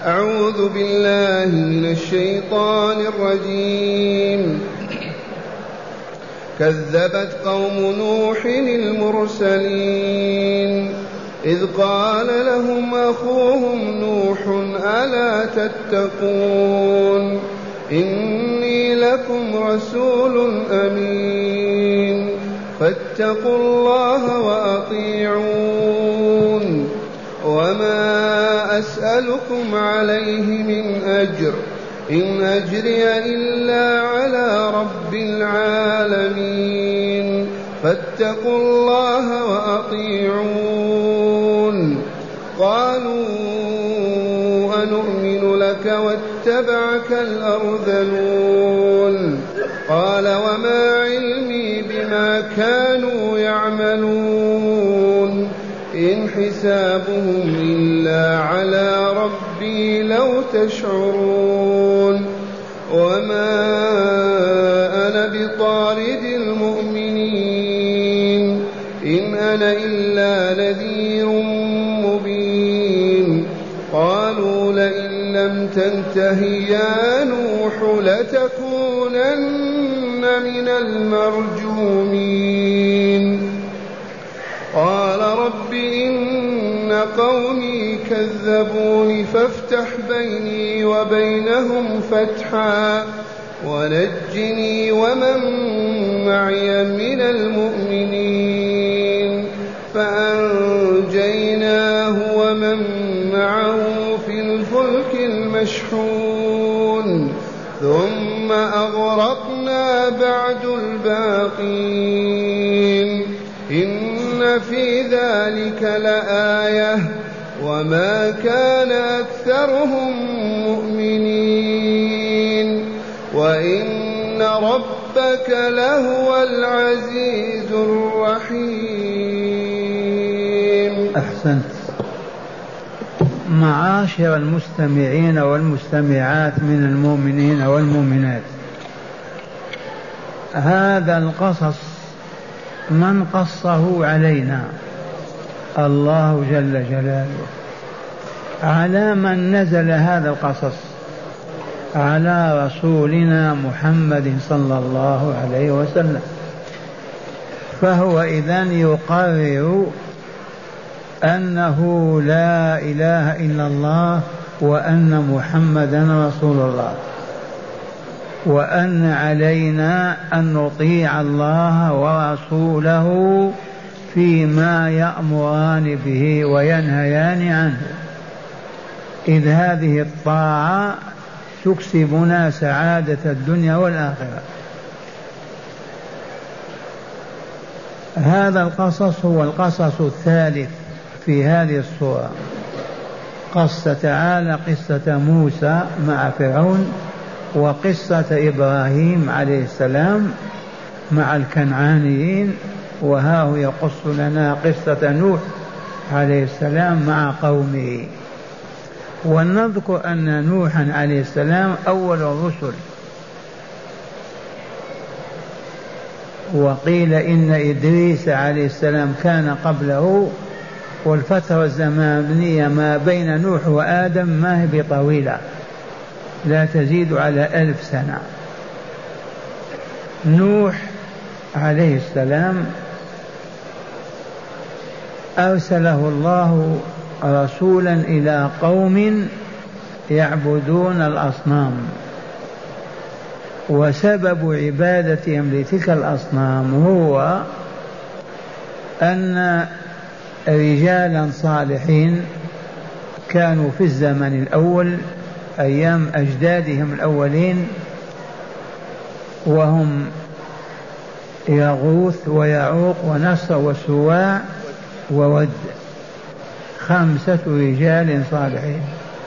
أعوذ بالله من الشيطان الرجيم. كذبت قوم نوح المرسلين إذ قال لهم أخوهم نوح ألا تتقون إني لكم رسول أمين فاتقوا الله وأطيعون وما أسألكم عليه من أجر إن أجري إلا على رب العالمين فاتقوا الله وأطيعون. قالوا أنؤمن لك واتبعك الأرذلون قال وما علمي بما كانوا يعملون إن حسابهم إلا على ربي لو تشعرون وما أنا بطارد المؤمنين إن أنا إلا نذير مبين. قالوا لئن لم تنته يا نوح لتكونن من المرجومين. قال رب إن قومي كذبوني فافتح بيني وبينهم فتحا ونجني ومن معي من المؤمنين. فأنجيناه ومن معه في الفلك المشحون ثم أغرقنا بعد الباقين إن في ذلك لآية وما كان أكثرهم مؤمنين وإن ربك لهو العزيز الرحيم. أحسنت. معاشر المستمعين والمستمعات من المؤمنين والمؤمنات، هذا القصص من قصه علينا؟ الله جل جلاله. على من نزل هذا القصص؟ على رسولنا محمد صلى الله عليه وسلم. فهو إذن يقرر أنه لا إله إلا الله وأن محمدا رسول الله، وأن علينا أن نطيع الله ورسوله فيما يأمران به وينهيان عنه، إذ هذه الطاعة تكسبنا سعادة الدنيا والآخرة. هذا القصص هو القصص الثالث في هذه السورة. قص تعالى قصة موسى مع فرعون، وقصة إبراهيم عليه السلام مع الكنعانيين، وها هو يقص لنا قصة نوح عليه السلام مع قومه. ونذكر أن نوحا عليه السلام أول الرسل، وقيل إن إدريس عليه السلام كان قبله، والفترة الزمنية ما بين نوح وآدم ما هي بطويلة، لا تزيد على 1000 سنة. نوح عليه السلام أرسله الله رسولا إلى قوم يعبدون الأصنام، وسبب عبادتهم لتلك الأصنام هو أن رجالا صالحين كانوا في الزمن الأول أيام أجدادهم الأولين، وهم يغوث ويعوق ونسر وسواع وود، 5 رجال صالحين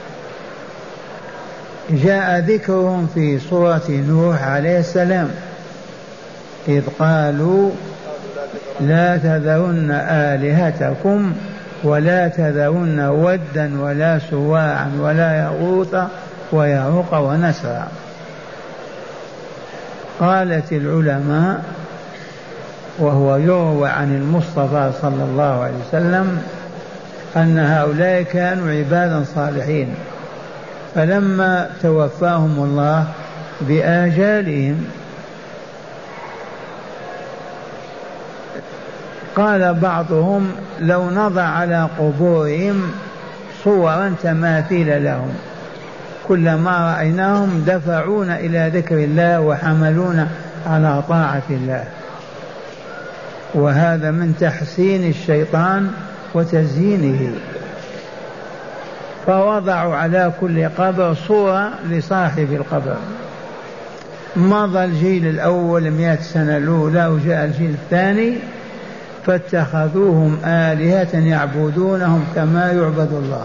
جاء ذكرهم في سورة نوح عليه السلام، إذ قالوا لا تذرن آلهتكم ولا تذرن ودا ولا سواعا ولا يغوث ويعوق ونسرا. قالت العلماء، وهو يروى عن المصطفى صلى الله عليه وسلم، أن هؤلاء كانوا عبادا صالحين فلما توفاهم الله بآجالهم قال بعضهم لو نضع على قبورهم صورا تماثيل لهم كلما رأيناهم دفعونا إلى ذكر الله وحملونا على طاعة الله. وهذا من تحسين الشيطان وتزيينه. فوضعوا على كل قبر صورة لصاحب القبر. مضى الجيل الأول 100 سنة الأولى وجاء الجيل الثاني فاتخذوهم آلهة يعبدونهم كما يعبد الله،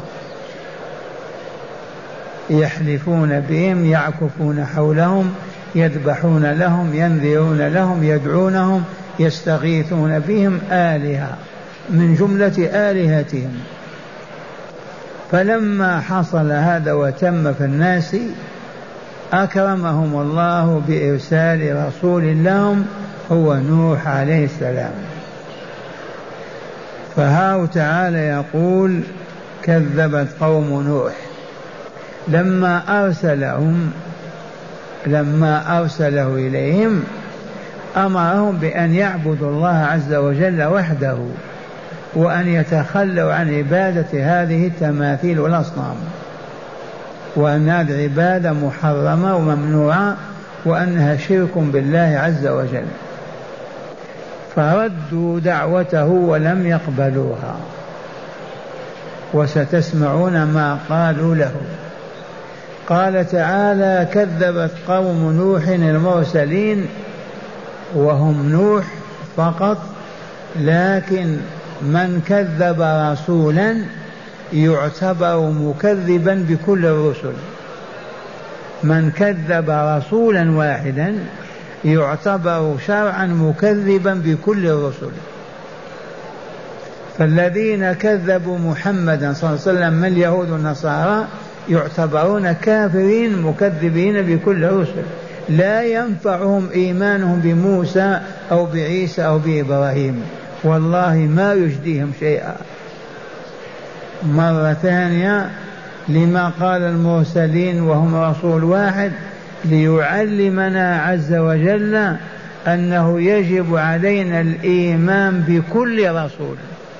يحلفون بهم، يعكفون حولهم، يذبحون لهم، ينذرون لهم، يدعونهم، يستغيثون بهم، آلهة من جملة آلهتهم. فلما حصل هذا وتم في الناس أكرمهم الله بإرسال رسول لهم هو نوح عليه السلام. فهاو تعالى يقول كذبت قوم نوح لما أرسله إليهم أمرهم بأن يعبدوا الله عز وجل وحده وأن يتخلوا عن عبادة هذه التماثيل والأصنام، وأن هذه عبادة محرمة وممنوعة وأنها شرك بالله عز وجل. فردوا دعوته ولم يقبلوها، وستسمعون ما قالوا له. قال تعالى كذبت قوم نوح المرسلين، وهم نوح فقط، لكن من كذب رسولا يعتبر مكذبا بكل الرسل. من كذب رسولا واحدا يعتبر شرعا مكذبا بكل الرسل. فالذين كذبوا محمدا صلى الله عليه وسلم من اليهود والنصارى يعتبرون كافرين مكذبين بكل الرسل، لا ينفعهم إيمانهم بموسى أو بعيسى أو بإبراهيم، والله ما يجديهم شيئا. مرة ثانية لما قال المرسلين وهم رسول واحد ليعلمنا عز وجل أنه يجب علينا الإيمان بكل رسول،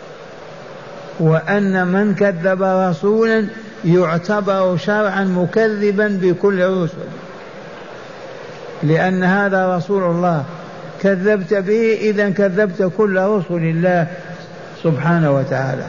وأن من كذب رسولا يعتبر شرعا مكذبا بكل الرسل، لأن هذا رسول الله كذبت به إذا كذبت كل رسل الله سبحانه وتعالى.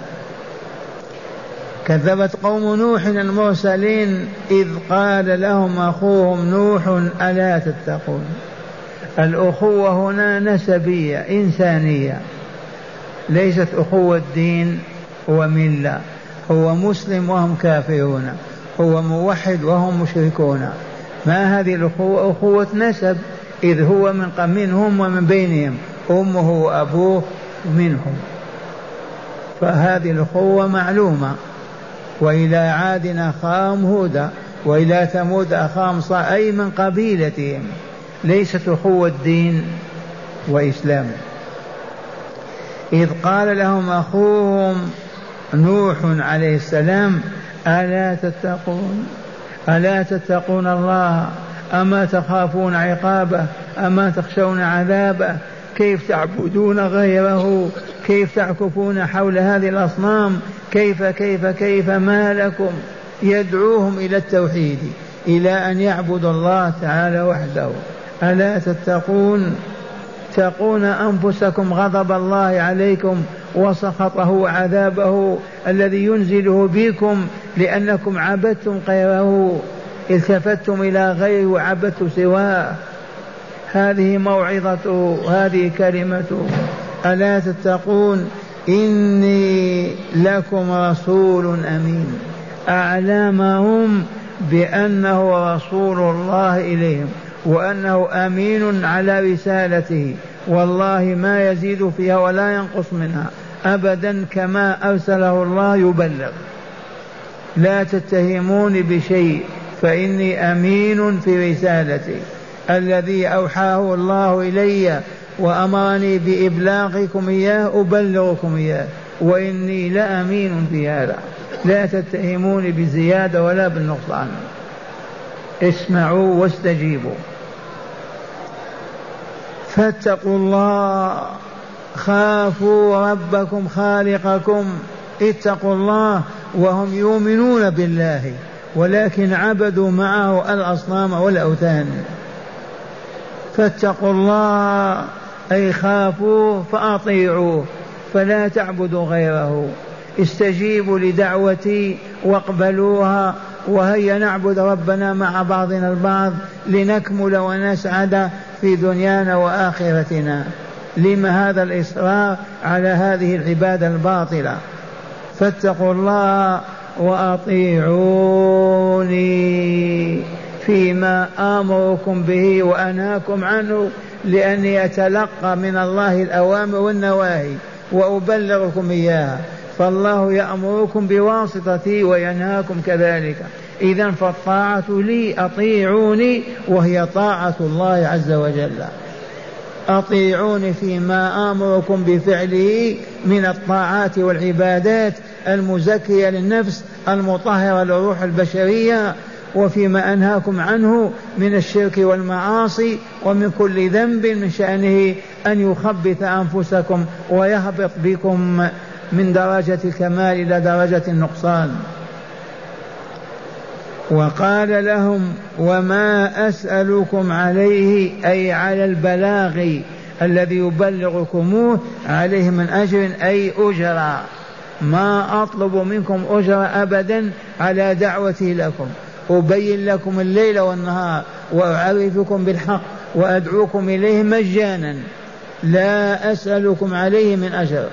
كذبت قوم نوح المرسلين إذ قال لهم أخوهم نوح ألا تتقون. الأخوة هنا نسبية إنسانية، ليست أخوة دين وملة. هو مسلم وهم كافرون، هو موحد وهم مشركون. ما هذه الأخوة؟ أخوة نسب، إذ هو منهم ومن بينهم، أمه وأبوه منهم، فهذه الأخوة معلومة. وإلى عاد أخاهم هودا وإلى ثمود أخاهم صالح، أي من قبيلتهم، ليست أخوة دين وإسلام. إذ قال لهم أخوهم نوح عليه السلام ألا تتقون، ألا تتقون الله، أما تخافون عقابه، أما تخشون عذابه، كيف تعبدون غيره، كيف تعكفون حول هذه الأصنام، كيف ما لكم. يدعوهم إلى التوحيد، إلى أن يعبدوا الله تعالى وحده. ألا تتقون، تقون أنفسكم غضب الله عليكم وسخطه وعذابه الذي ينزله بكم لأنكم عبدتم غيره، التفتم إلى غيره وعبدتم سواه. هذه موعظته، هذه كلمته. ألا تتقون إني لكم رسول أمين. أعلمهم بأنه رسول الله إليهم وأنه أمين على رسالته، والله ما يزيد فيها ولا ينقص منها أبدا، كما أرسله الله يبلغ. لا تتهموني بشيء فإني أمين في رسالتي الذي أوحاه الله إلي وأمرني بإبلاغكم إياه أبلغكم إياه، وإني لأمين في هذا. لا تتهموني بزيادة ولا بالنقصان، اسمعوا واستجيبوا. فاتقوا الله، خافوا ربكم خالقكم، اتقوا الله وهم يؤمنون بالله ولكن عبدوا معه الأصنام والأوثان. فاتقوا الله أي خافوا فأطيعوه فلا تعبدوا غيره، استجيبوا لدعوتي واقبلوها، وهيا نعبد ربنا مع بعضنا البعض لنكمل ونسعد في دنيانا وآخرتنا. لما هذا الإصرار على هذه العبادة الباطلة؟ فاتقوا الله وأطيعوني فيما آمركم به وأنهاكم عنه، لأني أتلقى من الله الأوامر والنواهي وأبلغكم إياها، فالله يأمركم بواسطتي وينهاكم كذلك. إذن فالطاعة لي، أطيعوني وهي طاعة الله عز وجل. أطيعوني فيما آمركم بفعله من الطاعات والعبادات المزكية للنفس المطهرة للروح البشرية، وفيما أنهاكم عنه من الشرك والمعاصي ومن كل ذنب من شأنه أن يخبث أنفسكم ويهبط بكم من درجة الكمال إلى درجة النقصان. وقال لهم وما أسألكم عليه أي على البلاغ الذي يبلغكموه عليه من أجر أي أجرا، ما أطلب منكم أجر أبدا على دعوتي لكم، أبين لكم الليل والنهار وأعرفكم بالحق وأدعوكم إليه مجانا، لا أسألكم عليه من أجر.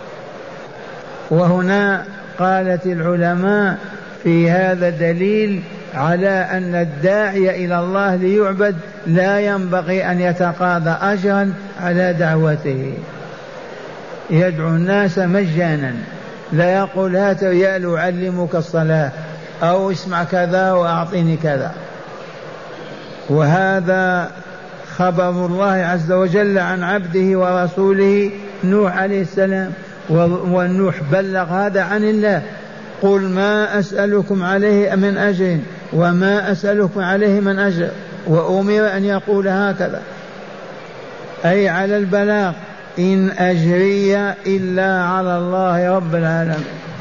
وهنا قالت العلماء في هذا دليل على أن الداعي إلى الله ليعبد لا ينبغي أن يتقاضى أجرا على دعوته، يدعو الناس مجانا، لا يقول هات ريال أعلمك الصلاة أو اسمع كذا وأعطيني كذا. وهذا خبر الله عز وجل عن عبده ورسوله نوح عليه السلام، ونوح بلغ هذا عن الله، قل ما أسألكم عليه من أجر وما أسألكم عليه من أجر، وأمر أن يقول هكذا أي على البلاغ، إن أجري إلا على الله رب العالمين،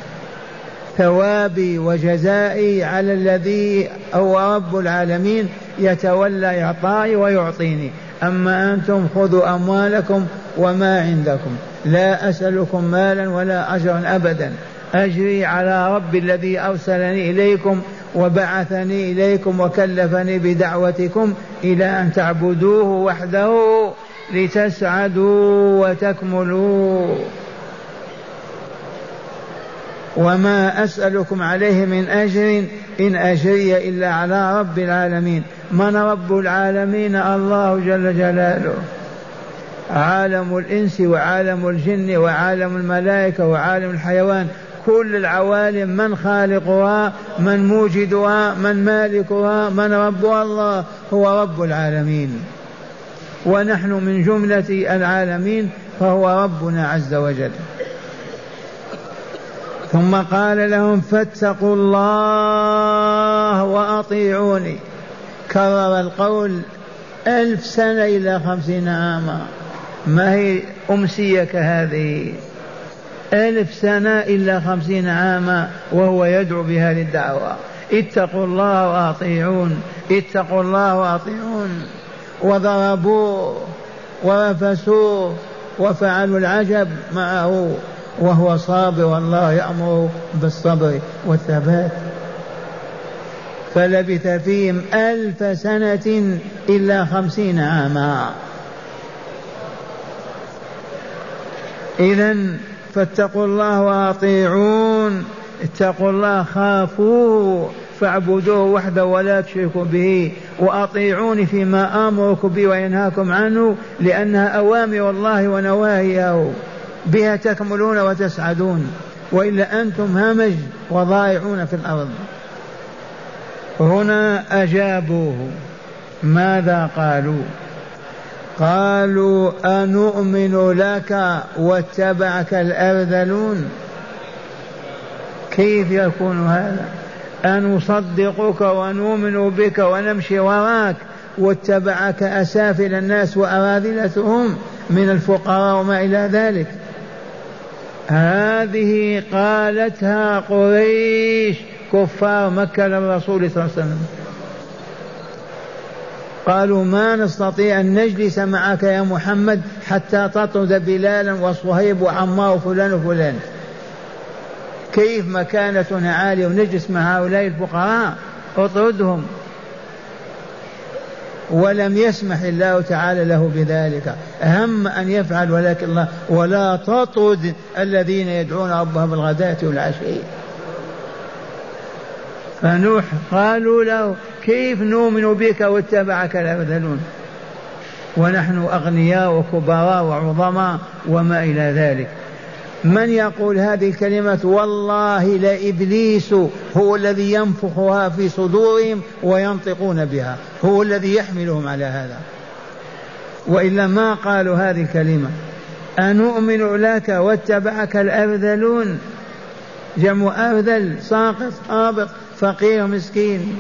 ثوابي وجزائي على الذي هو رب العالمين يتولى إعطائي ويعطيني، أما أنتم خذوا أموالكم وما عندكم، لا أسألكم مالا ولا أجرا أبدا، أجري على رب الذي أرسلني إليكم وبعثني إليكم وكلفني بدعوتكم إلى أن تعبدوه وحده لتسعدوا وتكملوا. وما أسألكم عليه من أجر إن أجري إلا على رب العالمين. من رب العالمين؟ الله جل جلاله، عالم الإنس وعالم الجن وعالم الملائكة وعالم الحيوان، كل العوالم من خالقها، من موجدها، من مالكها، من ربها؟ الله هو رب العالمين، ونحن من جملة العالمين، فهو ربنا عز وجل. ثم قال لهم فاتقوا الله وأطيعوني، كرر القول 1000 سنة إلى 50 عاما، ما هي أمسية كهذه، 1000 سنة إلا 50 عاما وهو يدعو بهذه الدعوة، اتقوا الله وأطيعون، اتقوا الله وأطيعون. وضربوه ورفسوه وفعلوا العجب معه وهو صابر، والله يأمر بالصبر والثبات. فلبث فيهم 1000 سنة إلا 50 عاما. إذن فاتقوا الله وأطيعون، اتقوا الله خافوه فاعبدوه وحده ولا تشركوا به، وأطيعوني فيما آمركم به وينهاكم عنه، لأنها أوامر الله ونواهيه، بها تكملون وتسعدون، وإلا أنتم همج وضائعون في الأرض. هنا أجابوه، ماذا قالوا؟ قالوا أنؤمن لك واتبعك الأرذلون. كيف يكون هذا؟ أن نصدقك ونؤمن بك ونمشي وراك واتبعك أسافل الناس وأراذلتهم من الفقراء وما إلى ذلك. هذه قالتها قريش كفار مكة للرسول صلى الله عليه وسلم، قالوا ما نستطيع أن نجلس معك يا محمد حتى تطرد بلالا وصهيب وعمار وفلان وفلان. كيف مكانتنا عالية ونجلس مع هؤلاء الفقراء؟ اطردهم. ولم يسمح الله تعالى له بذلك، هم أن يفعل، ولكن الله ولا تطرد الذين يدعون ربهم بالغداة والعشي. فنوح قالوا له كيف نؤمن بك واتبعك الأرذلون ونحن أغنياء وكبراء وعظماء وما إلى ذلك. من يقول هذه الكلمة؟ والله لإبليس هو الذي ينفخها في صدورهم وينطقون بها، هو الذي يحملهم على هذا، وإلا ما قالوا هذه الكلمة. أنؤمن لك واتبعك الأرذلون، جمع أرذل، ساقط، هابط، فقير، مسكين.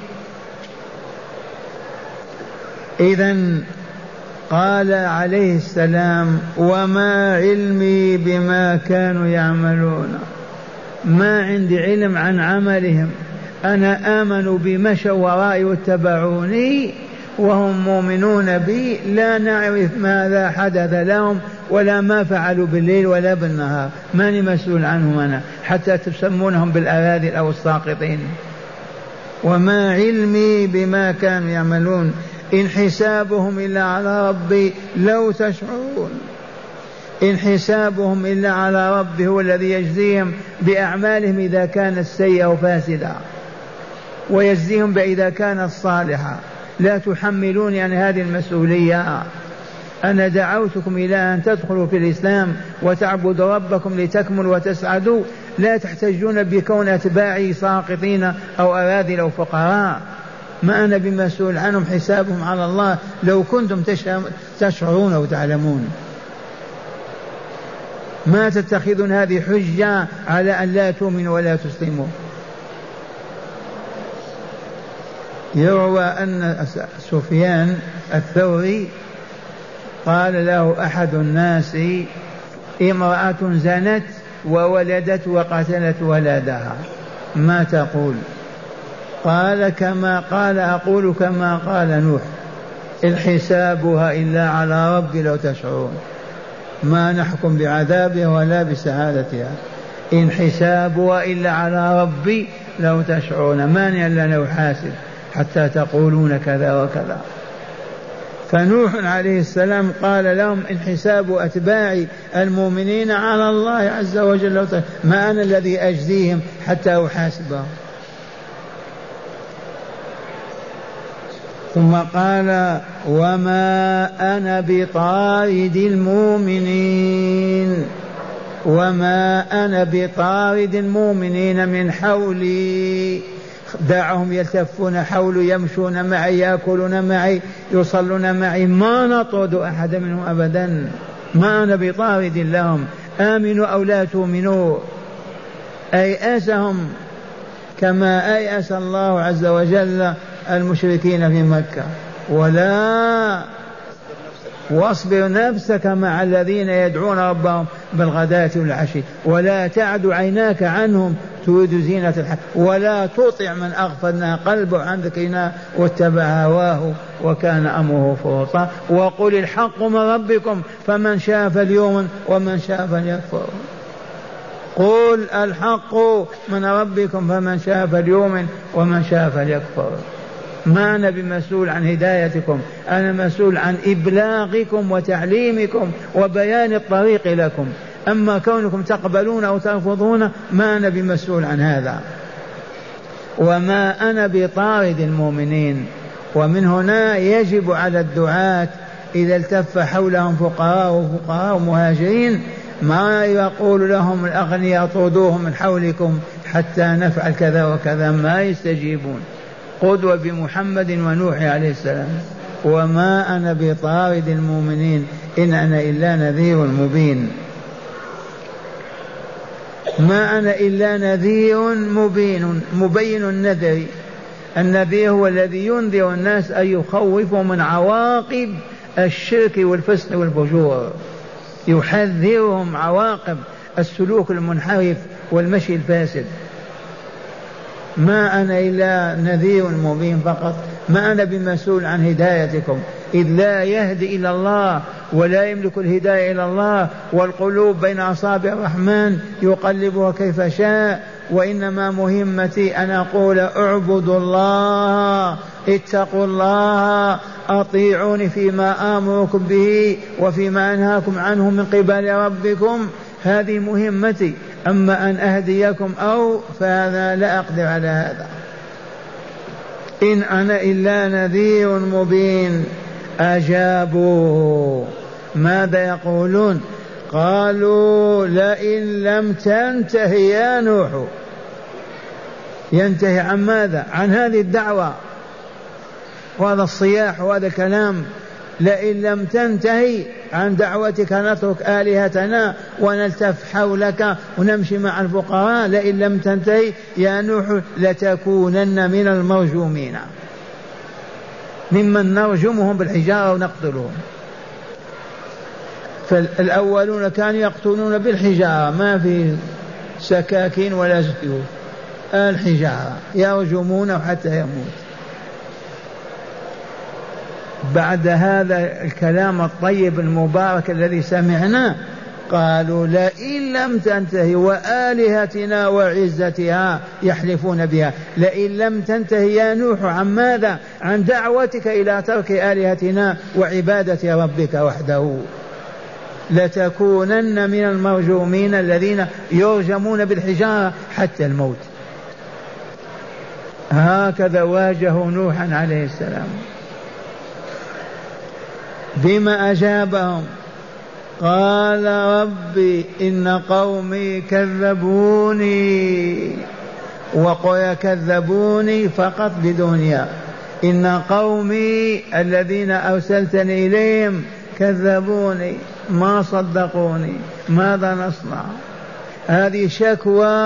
إذن قال عليه السلام وما علمي بما كانوا يعملون، ما عندي علم عن عملهم، أنا آمنوا بمشوا ورائي واتبعوني وهم مؤمنون بي، لا نعرف ماذا حدث لهم ولا ما فعلوا بالليل ولا بالنهار، ماني مسؤول عنهم أنا حتى تسمونهم بالأراذل أو الساقطين. وما علمي بما كانوا يعملون إن حسابهم إلا على ربي لو تشعرون. إن حسابهم إلا على ربي، هو الذي يجزيهم بأعمالهم إذا كانت سيئة وفاسدة ويجزيهم بإذا كانت صالحة. لا تحملوني عن هذه المسؤولية. أنا دعوتكم إلى أن تدخلوا في الإسلام وتعبدوا ربكم لتكملوا وتسعدوا، لا تحتجون بكون أتباعي ساقطين أو أراذل أو فقراء. ما أنا بمسؤول عنهم، حسابهم على الله لو كنتم تشعرون وتعلمون. ما تتخذون هذه حجة على أن لا تؤمنوا ولا تسلموا. يروى أن سفيان الثوري قال له أحد الناس امرأة زنت وولدت وقتلت ولدها، ما تقول؟ قال كما قال أقول كما قال نوح، إن حسابها إلا على ربي لو تشعرون. ما نحكم بعذابها ولا بسعادتها، إن حسابها إلا على ربي لو تشعرون. مانع لنا نحاسب حتى تقولون كذا وكذا. فنوح عليه السلام قال لهم إن حساب أتباعي المؤمنين على الله عز وجل، ما أنا الذي أجزيهم حتى أحاسبهم. ثم قال وما أنا بطارد المؤمنين، وما أنا بطارد المؤمنين من حولي. دعهم يلتفون حولي، يمشون معي، يأكلون معي، يصلون معي، ما نطرد أحد منهم أبدا. ما أنا بطارد لهم، آمنوا أو لا تؤمنوا. أيأسهم كما أيأس الله عز وجل المشركين في مكة. ولا واصبر نفسك مع الذين يدعون ربهم بالغداة والعشي ولا تعد عيناك عنهم تريد زينة الحياة، ولا تطع من أغفلنا قلبه عن ذكرنا واتبع هواه وكان أمره فرطا. وقل الحق من ربكم فمن شاء فليؤمن ومن شاء فليكفر. قل الحق من ربكم فمن شاء فليؤمن ومن شاء فليكفر. ما أنا بمسؤول عن هدايتكم، أنا مسؤول عن إبلاغكم وتعليمكم وبيان الطريق لكم. أما كونكم تقبلون أو ترفضون ما أنا بمسؤول عن هذا. وما أنا بطارد المؤمنين. ومن هنا يجب على الدعاة إذا التف حولهم فقراء وفقراء ومهاجرين ما يقول لهم الأغنياء طردوهم من حولكم حتى نفعل كذا وكذا، ما يستجيبون. قدوة بمحمد ونوح عليه السلام. وما أنا بطارد المؤمنين إن أنا إلا نذير مبين. ما أنا إلا نذير مبين النذر. النذير هو الذي ينذر الناس أن يخوفوا من عواقب الشرك والفسق والفجور، يحذرهم عواقب السلوك المنحرف والمشي الفاسد. ما أنا إلا نذير مبين فقط، ما أنا بمسؤول عن هدايتكم، إذ لا يهدي إلى الله ولا يملك الهداية إلى الله، والقلوب بين أصابع الرحمن يقلبها كيف شاء. وإنما مهمتي أن أقول اعبدوا الله، اتقوا الله، أطيعوني فيما آمركم به وفيما أنهاكم عنه من قبل ربكم، هذه مهمتي. أما أن أهديكم فهذا لا أقدر على هذا. إن أنا إلا نذير مبين. أجابوا، ماذا يقولون؟ قالوا لئن لم تنته يا نوح. ينتهي عن ماذا؟ عن هذه الدعوة وهذا الصياح وهذا الكلام. لئن لم تنتهي عن دعوتك نترك آلهتنا ونلتف حولك ونمشي مع الفقراء. لئن لم تنتهي يا نوح لتكونن من المرجومين، ممن نرجمهم بالحجارة ونقتلهم. فالأولون كانوا يقتلون بالحجارة، ما في سكاكين ولا سيوف، الحجارة يرجمونه حتى يموت. بعد هذا الكلام الطيب المبارك الذي سمعناه قالوا لئن لم تنتهي وآلهتنا وعزتها يحلفون بها، لئن لم تنتهي يا نوح عن ماذا؟ عن دعوتك إلى ترك آلهتنا وعبادة ربك وحده لتكونن من المرجومين الذين يرجمون بالحجارة حتى الموت. هكذا واجهوا نوحا عليه السلام. بما أجابهم؟ قال ربي إن قومي كذبوني، وقل كذبوني فقط بدنيا. إن قومي الذين أرسلتني إليهم كذبوني، ما صدقوني، ماذا نصنع؟ هذه شكوى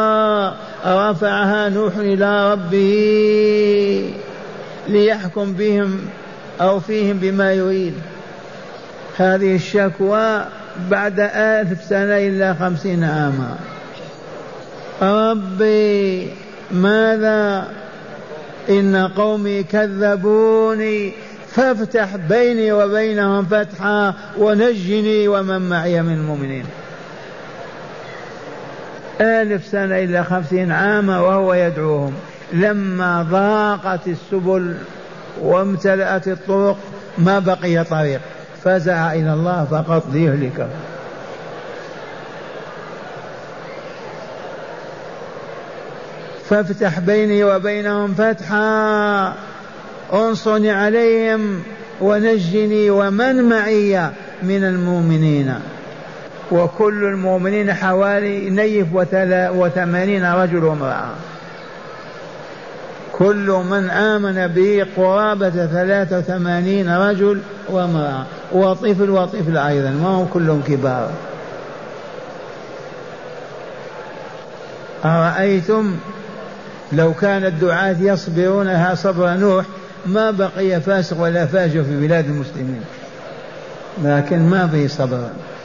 رفعها نوح إلى ربه ليحكم بهم أو فيهم بما يريد. هذه الشكوى بعد 1000 سنة إلا 50 عاما. ربي ماذا؟ إن قومي كذبوني فافتح بيني وبينهم فتحا ونجني ومن معي من المؤمنين. 1000 سنة إلا 50 عاما وهو يدعوهم. لما ضاقت السبل وامتلأت الطرق ما بقي طريق، فزع إلى الله فقط ليهلكه. فافتح بيني وبينهم فتحا انصرني عليهم ونجني ومن معي من المؤمنين. وكل المؤمنين حوالي 180 رجل وامرأة، كل من آمن به قرابة 83 رجل وامرأة وطفل أيضا، ما هم كلهم كبار. أرأيتم لو كان الدعاة يصبرونها صبر نوح ما بقي فاسق ولا فاجر في بلاد المسلمين، لكن ما في صبر.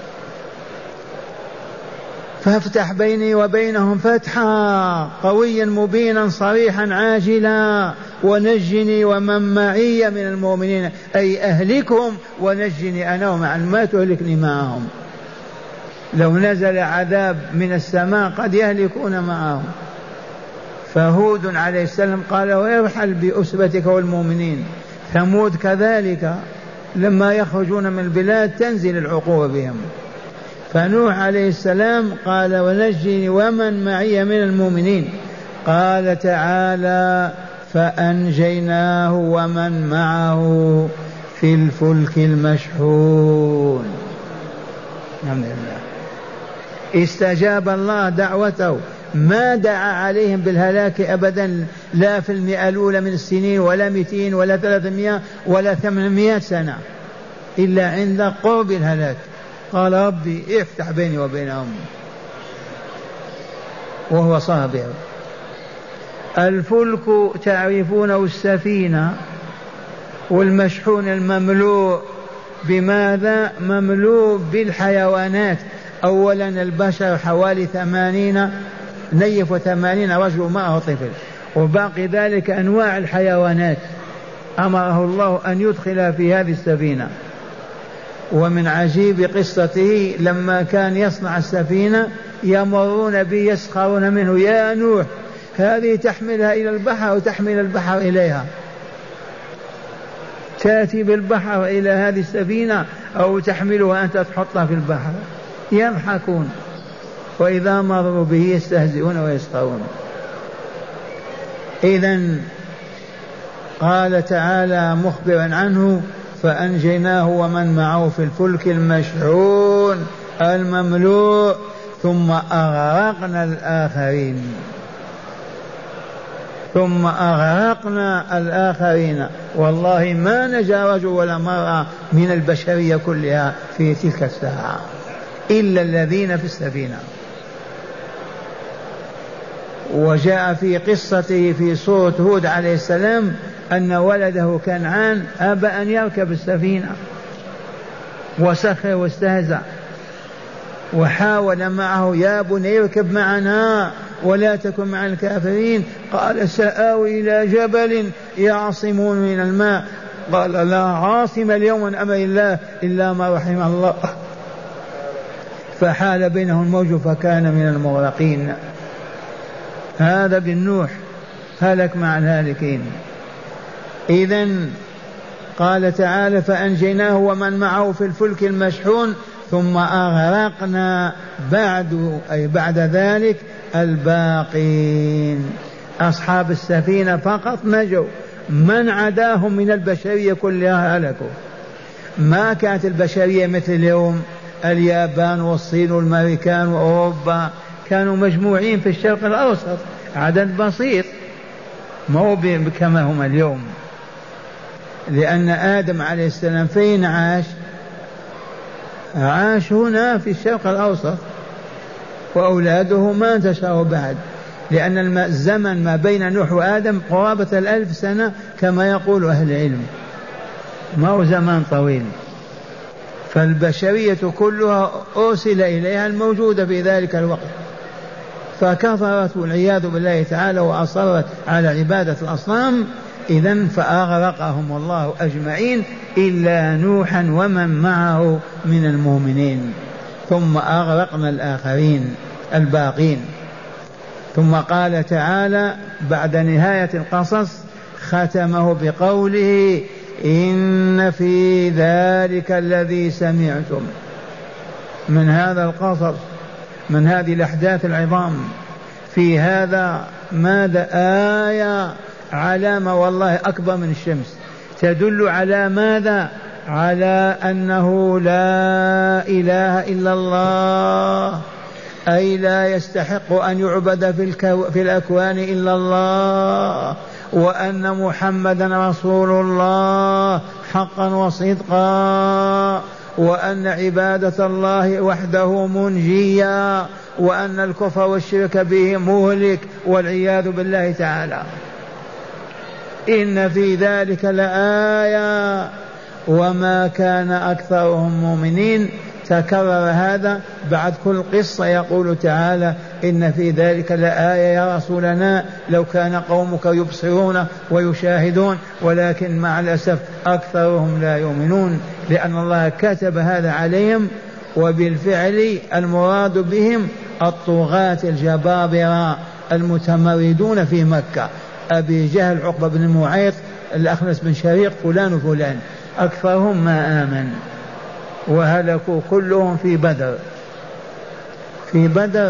فافتح بيني وبينهم فتحا قويا مبينا صريحا عاجلا ونجني ومن معي من المؤمنين، أي أهلكهم ونجني أنا ومع ما تهلكني معهم. لو نزل عذاب من السماء قد يهلكون معهم. فهود عليه السلام قال ويرحل بأسبتك والمؤمنين. ثمود كذلك لما يخرجون من البلاد تنزل العقوبة بهم. فنوح عليه السلام قال ونجني ومن معي من المؤمنين. قال تعالى فأنجيناه ومن معه في الفلك المشحون. الحمد لله. استجاب الله دعوته، ما دعا عليهم بالهلاك أبدا، لا في 100 الأولى من السنين ولا 200 ولا 300 ولا 800 سنة، إلا عند قرب الهلاك قال ربي افتح بيني وبينهم. وهو صابر. الفلك تعرفونه السفينة، والمشحون المملوء بماذا؟ مملوء بالحيوانات. أولا البشر حوالي 80 نيف و80 رجل معه طفل، وباقي ذلك أنواع الحيوانات أمره الله أن يدخل في هذه السفينة. ومن عجيب قصته لما كان يصنع السفينة يمرون به يسخرون منه: يا نوح هذه تحملها إلى البحر وتحمل البحر إليها، تأتي بالبحر إلى هذه السفينة أو تحملها أنت تحطها في البحر. يضحكون، وإذا مروا به يستهزئون ويسخرون. إذن قال تعالى مخبرا عنه: فأنجيناه ومن معه في الفلك المشحون المملوء ثم أغرقنا الآخرين. ثم أغرقنا الآخرين. والله ما نجا رجل ولا مرة من البشرية كلها في تلك الساعة إلا الذين في السفينة. وجاء في قصته في سورة هود عليه السلام أن ولده كنعان أبى أن يركب السفينة وسخر واستهزأ، وحاول معه: يا بني اركب معنا ولا تكن مع الكافرين. قال: سآوي إلى جبل يعصمون من الماء. قال: لا عاصم اليوم من أمر الله إلا ما رحم الله. فحال بينهم الموج فكان من المغرقين. هذا بالنوح هلك مع الهالكين. إذن قال تعالى: فأنجيناه ومن معه في الفلك المشحون ثم أغرقنا بعد ذلك الباقين. أصحاب السفينة فقط نجوا، من عداهم من البشرية كلها هلكوا. ما كانت البشرية مثل اليوم، اليابان والصين والأمريكان وأوروبا كانوا مجموعين في الشرق الأوسط، عدد بسيط، ما هو كما هم اليوم. لأن آدم عليه السلام فين عاش؟ عاش هنا في الشرق الأوسط، وأولاده ما انتشروا بعد، لأن الزمن ما بين نوح وآدم قرابة 1000 سنة كما يقول أهل العلم، ما هو زمان طويل. فالبشرية كلها أرسل إليها الموجودة في ذلك الوقت، فكفرت والعياذ بالله تعالى وأصرت على عبادة الأصنام. إذن فأغرقهم الله أجمعين إلا نوحا ومن معه من المؤمنين. ثم أغرقنا الآخرين الباقين. ثم قال تعالى بعد نهاية القصص ختمه بقوله: إن في ذلك الذي سمعتم من هذا القصص، من هذه الأحداث العظام، في هذا ماذا؟ آية، علامة والله أكبر من الشمس، تدل على ماذا؟ على أنه لا إله إلا الله، أي لا يستحق أن يعبد في الأكوان إلا الله، وأن محمدا رسول الله حقا وصدقا، وأن عبادة الله وحده منجية، وأن الكفر والشرك به مهلك والعياذ بالله تعالى. إن في ذلك لآية وما كان أكثرهم مؤمنين. تكرر هذا بعد كل قصة، يقول تعالى: إن في ذلك لآية يا رسولنا لو كان قومك يبصرون ويشاهدون، ولكن مع الأسف أكثرهم لا يؤمنون، لأن الله كتب هذا عليهم. وبالفعل المراد بهم الطغاة الجبابرة المتمردون في مكة، أبي جهل، عقبة بن معيط، الأخنس بن شريق، فلان وفلان، أكثرهم ما آمن وهلكوا كلهم في بدر. في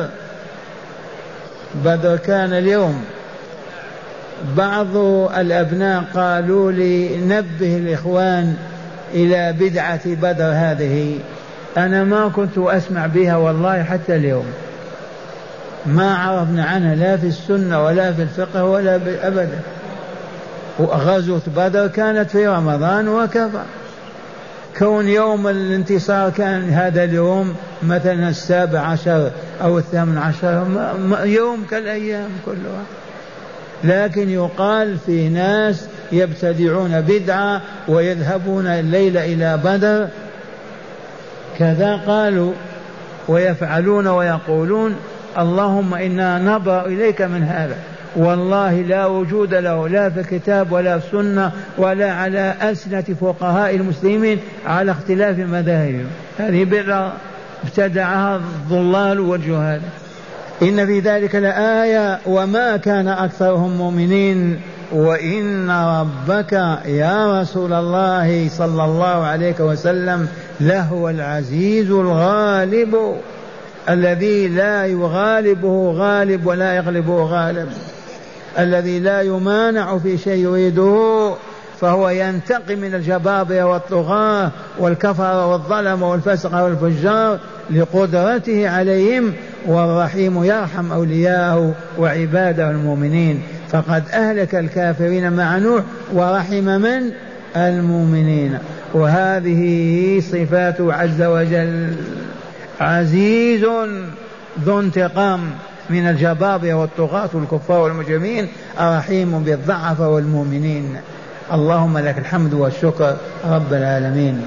بدر كان اليوم. بعض الأبناء قالوا لي: نبه الإخوان إلى بدعة بدر هذه. أنا ما كنت أسمع بها والله حتى اليوم، ما عرفنا عنها لا في السنة ولا في الفقه ولا أبدا. غزوة بدر كانت في رمضان وكفى. كون يوم الانتصار كان هذا اليوم مثلا 17 أو 18 يوم كالأيام كلها، لكن يقال في ناس يبتدعون بدعة ويذهبون الليلة إلى بدر كذا قالوا ويفعلون ويقولون اللهم إنا نبرأ إليك من هذا، والله لا وجود له لا في الكتاب ولا في السنة ولا على ألسنة فقهاء المسلمين على اختلاف مذاهبهم. هذه بدعة ابتدعها الضلال والجهال. إن في ذلك لآية وما كان أكثرهم مؤمنين وإن ربك يا رسول الله صلى الله عليه وسلم لهو العزيز الغالب الذي لا يغالبه غالب ولا يغلبه غالب، الذي لا يمانع في شيء يريده، فهو ينتقم من الجبابرة والطغاة والكفر والظلم والفسق والفجار لقدرته عليهم، والرحيم يرحم أولياءه وعباده المؤمنين، فقد أهلك الكافرين مع نوح ورحم من؟ المؤمنين. وهذه صفاته عز وجل، عزيز ذو انتقام من الجبابرة والطغاة والكفار والمجرمين، رحيم بالضعف والمؤمنين. اللهم لك الحمد والشكر رب العالمين.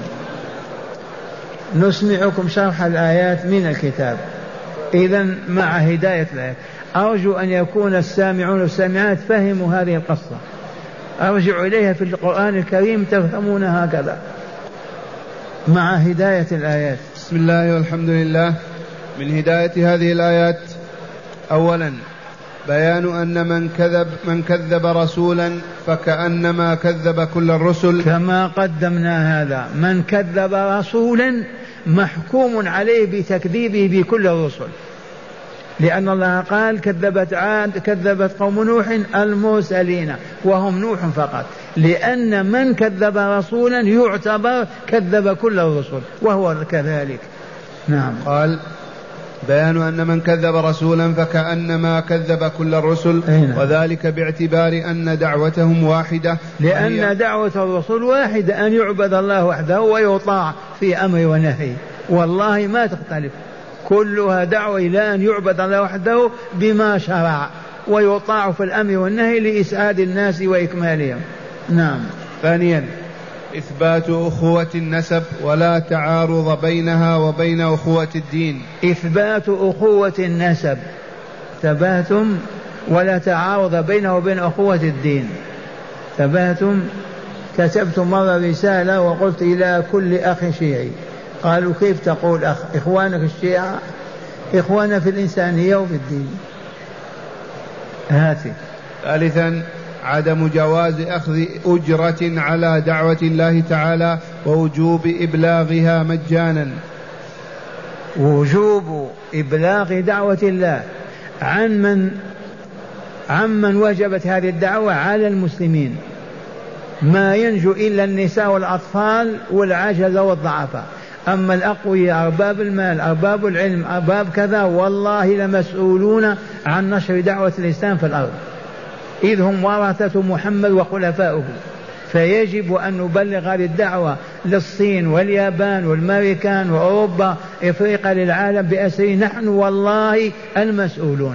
نسمعكم شرح الآيات من الكتاب إذن مع هداية الآيات. أرجو أن يكون السامعون والسامعات فهموا هذه القصة، أرجع إليها في القرآن الكريم تفهمون هكذا مع هداية الآيات. بسم الله والحمد لله. من هداية هذه الآيات أولا بيان أن من كذب رسولا فكأنما كذب كل الرسل، كما قدمنا هذا من كذب رسولا محكوم عليه بتكذيبه بكل الرسل، لأن الله قال كذبت عاد كذبت قوم نوح المرسلين وهم نوح فقط، لأن من كذب رسولا يعتبر كذب كل الرسل وهو كذلك. نعم. قال بيان أن من كذب رسولا فكأنما كذب كل الرسل، وذلك باعتبار أن دعوتهم واحدة، لأن دعوة الرسل واحدة، أن يعبد الله وحده ويطاع في أمر ونهي، والله ما تختلف، كلها دعوة إلى أن يعبد الله وحده بما شرع ويطاع في الأمر والنهي لإسعاد الناس وإكمالهم. نعم. ثانيا إثبات أخوة النسب ولا تعارض بينها وبين أخوة الدين. إثبات أخوة النسب ثباتم ولا تعارض بينه وبين أخوة الدين. ثباتم كتبت مرة رسالة وقلت إلى كل أخ شيعي، قالوا كيف تقول أخ؟ إخوانك الشيعة إخوانا في الإنسانية وفي الدين. هاتي. ثالثا عدم جواز أخذ أجرة على دعوة الله تعالى ووجوب إبلاغها مجانا. وجوب إبلاغ دعوة الله عمن وجبت هذه الدعوة على المسلمين، ما ينجو إلا النساء والأطفال والعجزة والضعفاء، أما الأقوياء أرباب المال أرباب العلم أرباب كذا والله لمسؤولون عن نشر دعوة الإسلام في الأرض، إذ هم ورثة محمد وخلفاؤه، فيجب أن نبلغ هذه الدعوة للصين واليابان والأمريكان وأوروبا إفريقيا للعالم بأسره، نحن والله المسؤولون،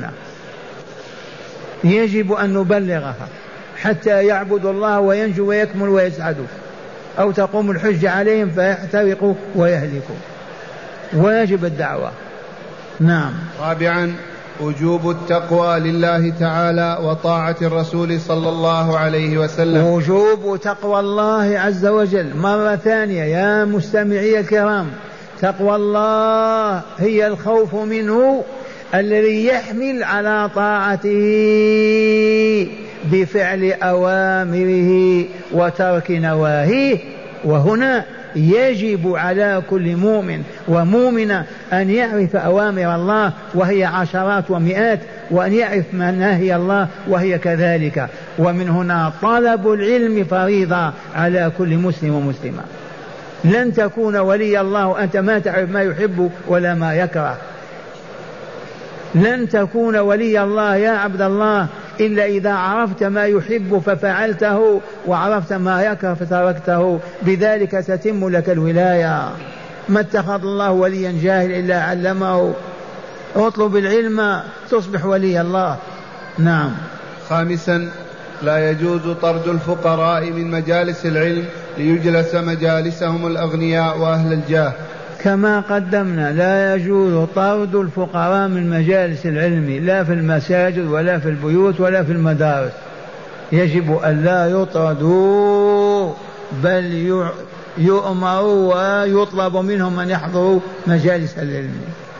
يجب أن نبلغها حتى يعبدوا الله وينجوا ويكملوا ويسعدوا، أو تقوم الحجة عليهم فيحترقوا ويهلكوا. واجب الدعوة. نعم. رابعا وجوب التقوى لله تعالى وطاعة الرسول صلى الله عليه وسلم. وجوب تقوى الله عز وجل. مرة ثانية يا مستمعي الكرام، تقوى الله هي الخوف منه الذي يحمل على طاعته بفعل أوامره وترك نواهيه. وهنا يجب على كل مؤمن ومؤمنة أن يعرف أوامر الله وهي عشرات ومئات، وأن يعرف مناهي الله وهي كذلك. ومن هنا طلب العلم فريضة على كل مسلم ومسلمة. لن تكون ولي الله وأنت ما تعرف ما يحب ولا ما يكره. لن تكون ولي الله يا عبد الله إلا إذا عرفت ما يحب ففعلته وعرفت ما يكره فتركته، بذلك تتم لك الولاية. ما اتخذ الله وليا جاهل إلا علمه، اطلب العلم تصبح ولي الله. نعم. خامسا، لا يجوز طرد الفقراء من مجالس العلم ليجلس مجالسهم الأغنياء وأهل الجاه. كما قدمنا لا يجوز طرد الفقراء من مجالس العلم، لا في المساجد ولا في البيوت ولا في المدارس، يجب أن لا يطردوا بل يؤمروا ويطلب منهم أن يحضروا مجالس العلم.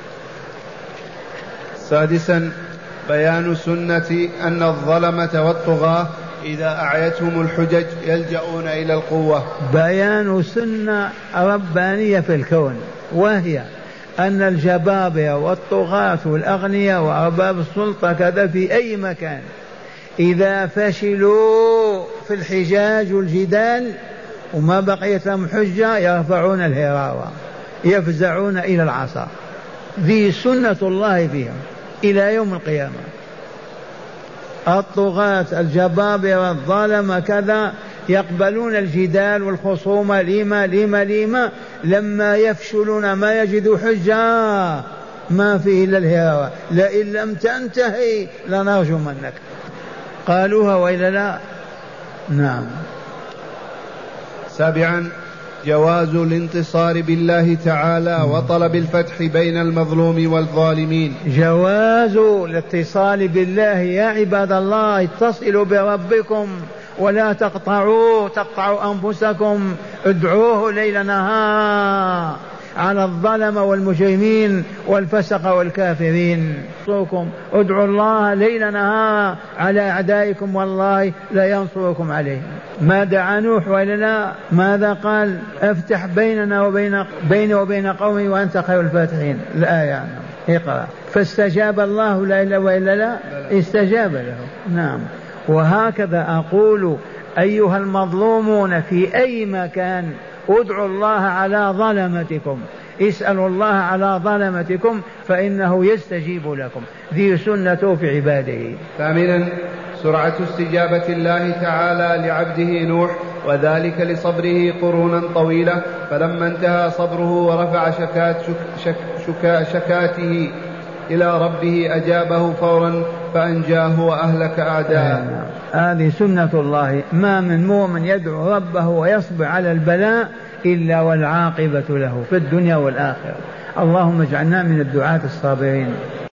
سادسا، بيان سنة أن الظلمة والطغاة إذا أعيتهم الحجج يلجؤون إلى القوة. بيان سنة ربانية في الكون، وهي أن الجبابرة والطغاة والأغنياء وأرباب السلطة كذا في أي مكان إذا فشلوا في الحجاج والجدال وما بقيت لهم حجة يرفعون الهراوة، يفزعون إلى العصا. ذي سنة الله فيهم إلى يوم القيامة. الطغاة الجبابرة الظالمة كذا يقبلون الجدال والخصومة. لما لما يفشلون ما يجدوا حجة ما فيه إلا الهراوة، لئن لم تنتهي لنرجمنك. قالوها وإلا لا؟ نعم. سابعا، جواز الانتصار بالله تعالى وطلب الفتح بين المظلوم والظالمين. جواز الاتصال بالله يا عباد الله، اتصلوا بربكم ولا تقطعوا أنفسكم، ادعوه ليل نهار على الظلم والمجرمين والفسق والكافرين. ادعوا الله ليل نهار على أعدائكم والله لا ينصركم عليهم. ما دعا نوح وإلا ماذا قال؟ افتح بيني وبين قومي وأنت خير الفاتحين. الآية اقرأ. فاستجاب الله لا إلا وإلا لا استجاب له. نعم. وهكذا أقول أيها المظلومون في أي مكان ادعوا الله على ظلمتكم، اسألوا الله على ظلمتكم فإنه يستجيب لكم، ذي سنته في عباده. ثامنا، سرعة استجابة الله تعالى لعبده نوح، وذلك لصبره قرونا طويلة، فلما انتهى صبره ورفع شكاته إلى ربه أجابه فورا فأنجاه وأهلك أعداءه. هذه سنة الله، ما من مؤمن يدعو ربه ويصبر على البلاء إلا والعاقبة له في الدنيا والآخرة. اللهم اجعلنا من الدعاة الصابرين.